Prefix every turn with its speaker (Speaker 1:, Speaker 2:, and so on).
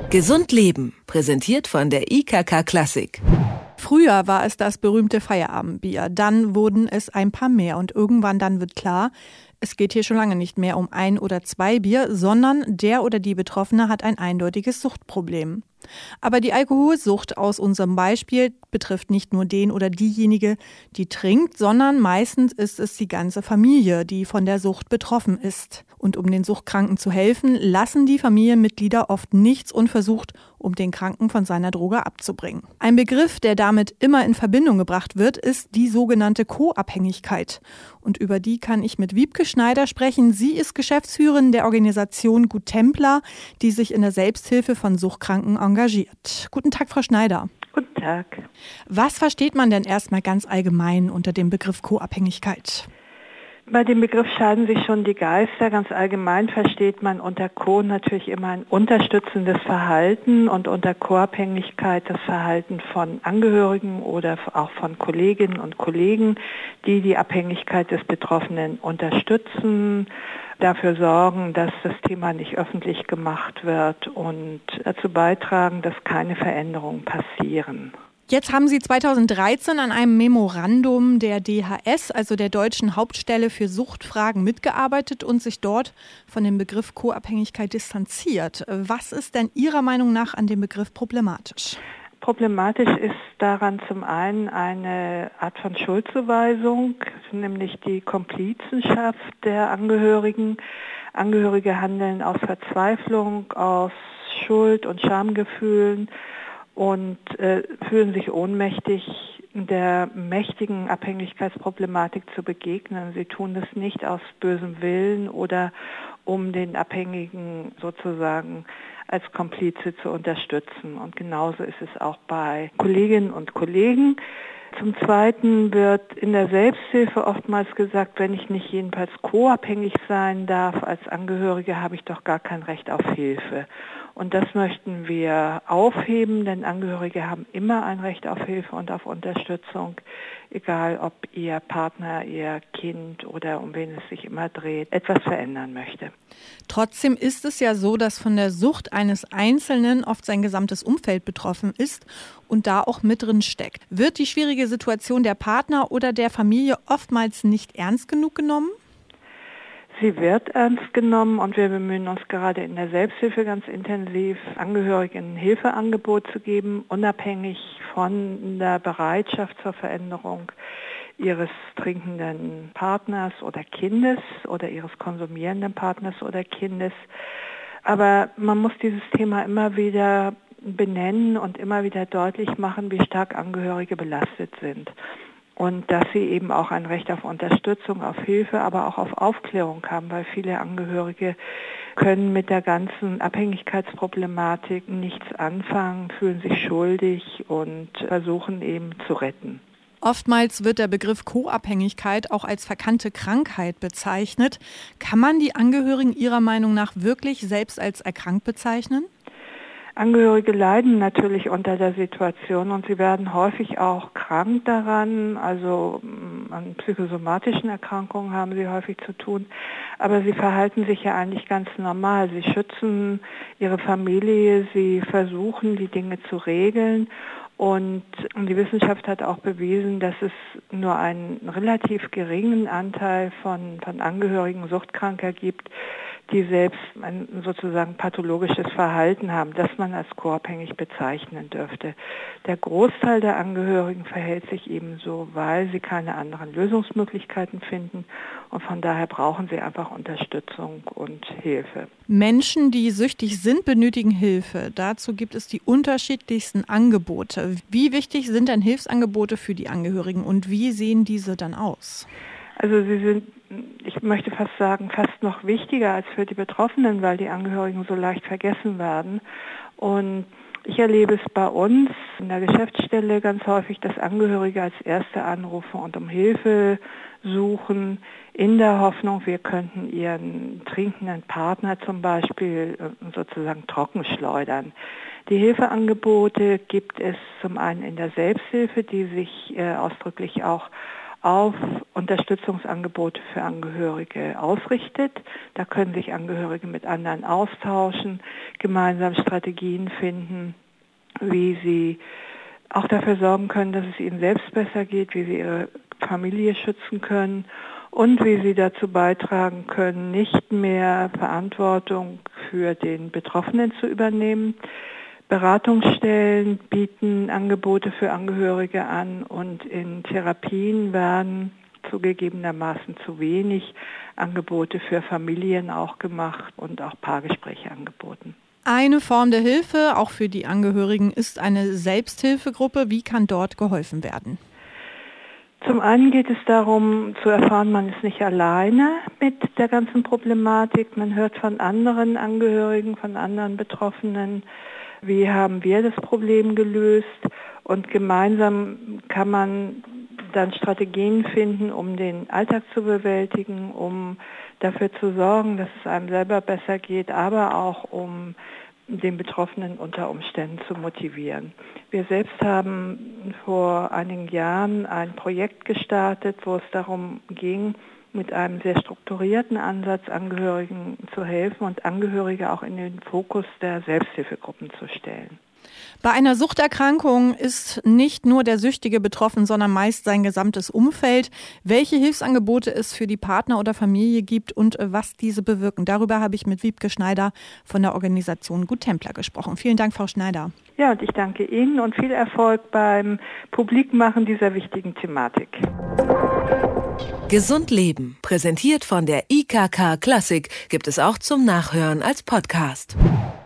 Speaker 1: Gesund leben, präsentiert von der IKK Klassik.
Speaker 2: Früher war es das berühmte Feierabendbier, dann wurden es ein paar mehr und irgendwann dann wird klar, es geht hier schon lange nicht mehr um 1 oder 2 Bier, sondern der oder die Betroffene hat ein eindeutiges Suchtproblem. Aber die Alkoholsucht aus unserem Beispiel betrifft nicht nur den oder diejenige, die trinkt, sondern meistens ist es die ganze Familie, die von der Sucht betroffen ist. Und um den Suchtkranken zu helfen, lassen die Familienmitglieder oft nichts unversucht, um den Kranken von seiner Droge abzubringen. Ein Begriff, der damit immer in Verbindung gebracht wird, ist die sogenannte Co-Abhängigkeit. Und über die kann ich mit Wiebke Schneider sprechen. Sie ist Geschäftsführerin der Organisation Gut Templer, die sich in der Selbsthilfe von Suchtkranken engagiert. Guten Tag, Frau Schneider.
Speaker 3: Guten Tag.
Speaker 2: Was versteht man denn erstmal ganz allgemein unter dem Begriff Co-Abhängigkeit?
Speaker 3: Bei dem Begriff scheiden sich schon die Geister. Ganz allgemein versteht man unter Co natürlich immer ein unterstützendes Verhalten und unter Co-Abhängigkeit das Verhalten von Angehörigen oder auch von Kolleginnen und Kollegen, die die Abhängigkeit des Betroffenen unterstützen, dafür sorgen, dass das Thema nicht öffentlich gemacht wird und dazu beitragen, dass keine Veränderungen passieren.
Speaker 2: Jetzt haben Sie 2013 an einem Memorandum der DHS, also der Deutschen Hauptstelle für Suchtfragen, mitgearbeitet und sich dort von dem Begriff Co-Abhängigkeit distanziert. Was ist denn Ihrer Meinung nach an dem Begriff problematisch?
Speaker 3: Problematisch ist daran zum einen eine Art von Schuldzuweisung, nämlich die Komplizenschaft der Angehörigen. Angehörige handeln aus Verzweiflung, aus Schuld- und Schamgefühlen und fühlen sich ohnmächtig, der mächtigen Abhängigkeitsproblematik zu begegnen. Sie tun das nicht aus bösem Willen oder um den Abhängigen sozusagen als Komplize zu unterstützen. Und genauso ist es auch bei Kolleginnen und Kollegen. Zum Zweiten wird in der Selbsthilfe oftmals gesagt, wenn ich nicht jedenfalls co-abhängig sein darf als Angehörige, habe ich doch gar kein Recht auf Hilfe. Und das möchten wir aufheben, denn Angehörige haben immer ein Recht auf Hilfe und auf Unterstützung, egal ob ihr Partner, ihr Kind oder um wen es sich immer dreht, etwas verändern möchte.
Speaker 2: Trotzdem ist es ja so, dass von der Sucht eines Einzelnen oft sein gesamtes Umfeld betroffen ist und da auch mit drin steckt. Wird die schwierige Situation der Partner oder der Familie oftmals nicht ernst genug genommen?
Speaker 3: Sie wird ernst genommen und wir bemühen uns gerade in der Selbsthilfe ganz intensiv, Angehörigen ein Hilfeangebot zu geben, unabhängig von der Bereitschaft zur Veränderung ihres trinkenden Partners oder Kindes oder ihres konsumierenden Partners oder Kindes. Aber man muss dieses Thema immer wieder benennen und immer wieder deutlich machen, wie stark Angehörige belastet sind. Und dass sie eben auch ein Recht auf Unterstützung, auf Hilfe, aber auch auf Aufklärung haben, weil viele Angehörige können mit der ganzen Abhängigkeitsproblematik nichts anfangen, fühlen sich schuldig und versuchen eben zu retten.
Speaker 2: Oftmals wird der Begriff Co-Abhängigkeit auch als verkannte Krankheit bezeichnet. Kann man die Angehörigen Ihrer Meinung nach wirklich selbst als erkrankt bezeichnen?
Speaker 3: Angehörige leiden natürlich unter der Situation und sie werden häufig auch krank daran, also an psychosomatischen Erkrankungen haben sie häufig zu tun, aber sie verhalten sich ja eigentlich ganz normal. Sie schützen ihre Familie, sie versuchen, die Dinge zu regeln und die Wissenschaft hat auch bewiesen, dass es nur einen relativ geringen Anteil von Angehörigen Suchtkranker gibt, die selbst ein sozusagen pathologisches Verhalten haben, das man als co-abhängig bezeichnen dürfte. Der Großteil der Angehörigen verhält sich eben so, weil sie keine anderen Lösungsmöglichkeiten finden und von daher brauchen sie einfach Unterstützung und Hilfe.
Speaker 2: Menschen, die süchtig sind, benötigen Hilfe. Dazu gibt es die unterschiedlichsten Angebote. Wie wichtig sind denn Hilfsangebote für die Angehörigen und wie sehen diese dann aus?
Speaker 3: Also sie sind, ich möchte fast sagen, fast noch wichtiger als für die Betroffenen, weil die Angehörigen so leicht vergessen werden. Und ich erlebe es bei uns in der Geschäftsstelle ganz häufig, dass Angehörige als Erste anrufen und um Hilfe suchen, in der Hoffnung, wir könnten ihren trinkenden Partner zum Beispiel sozusagen trockenschleudern. Die Hilfeangebote gibt es zum einen in der Selbsthilfe, die sich ausdrücklich auch auf Unterstützungsangebote für Angehörige ausrichtet. Da können sich Angehörige mit anderen austauschen, gemeinsam Strategien finden, wie sie auch dafür sorgen können, dass es ihnen selbst besser geht, wie sie ihre Familie schützen können und wie sie dazu beitragen können, nicht mehr Verantwortung für den Betroffenen zu übernehmen. Beratungsstellen bieten Angebote für Angehörige an und in Therapien werden zugegebenermaßen zu wenig Angebote für Familien auch gemacht und auch Paargespräche angeboten.
Speaker 2: Eine Form der Hilfe, auch für die Angehörigen, ist eine Selbsthilfegruppe. Wie kann dort geholfen werden?
Speaker 3: Zum einen geht es darum, zu erfahren, man ist nicht alleine mit der ganzen Problematik. Man hört von anderen Angehörigen, von anderen Betroffenen, wie haben wir das Problem gelöst, und gemeinsam kann man dann Strategien finden, um den Alltag zu bewältigen, um dafür zu sorgen, dass es einem selber besser geht, aber auch um den Betroffenen unter Umständen zu motivieren. Wir selbst haben vor einigen Jahren ein Projekt gestartet, wo es darum ging, mit einem sehr strukturierten Ansatz Angehörigen zu helfen und Angehörige auch in den Fokus der Selbsthilfegruppen zu stellen.
Speaker 2: Bei einer Suchterkrankung ist nicht nur der Süchtige betroffen, sondern meist sein gesamtes Umfeld. Welche Hilfsangebote es für die Partner oder Familie gibt und was diese bewirken. Darüber habe ich mit Wiebke Schneider von der Organisation Guttempler gesprochen. Vielen Dank, Frau Schneider.
Speaker 3: Ja, und ich danke Ihnen und viel Erfolg beim Publikmachen dieser wichtigen Thematik.
Speaker 1: Gesund Leben, präsentiert von der IKK Klassik, gibt es auch zum Nachhören als Podcast.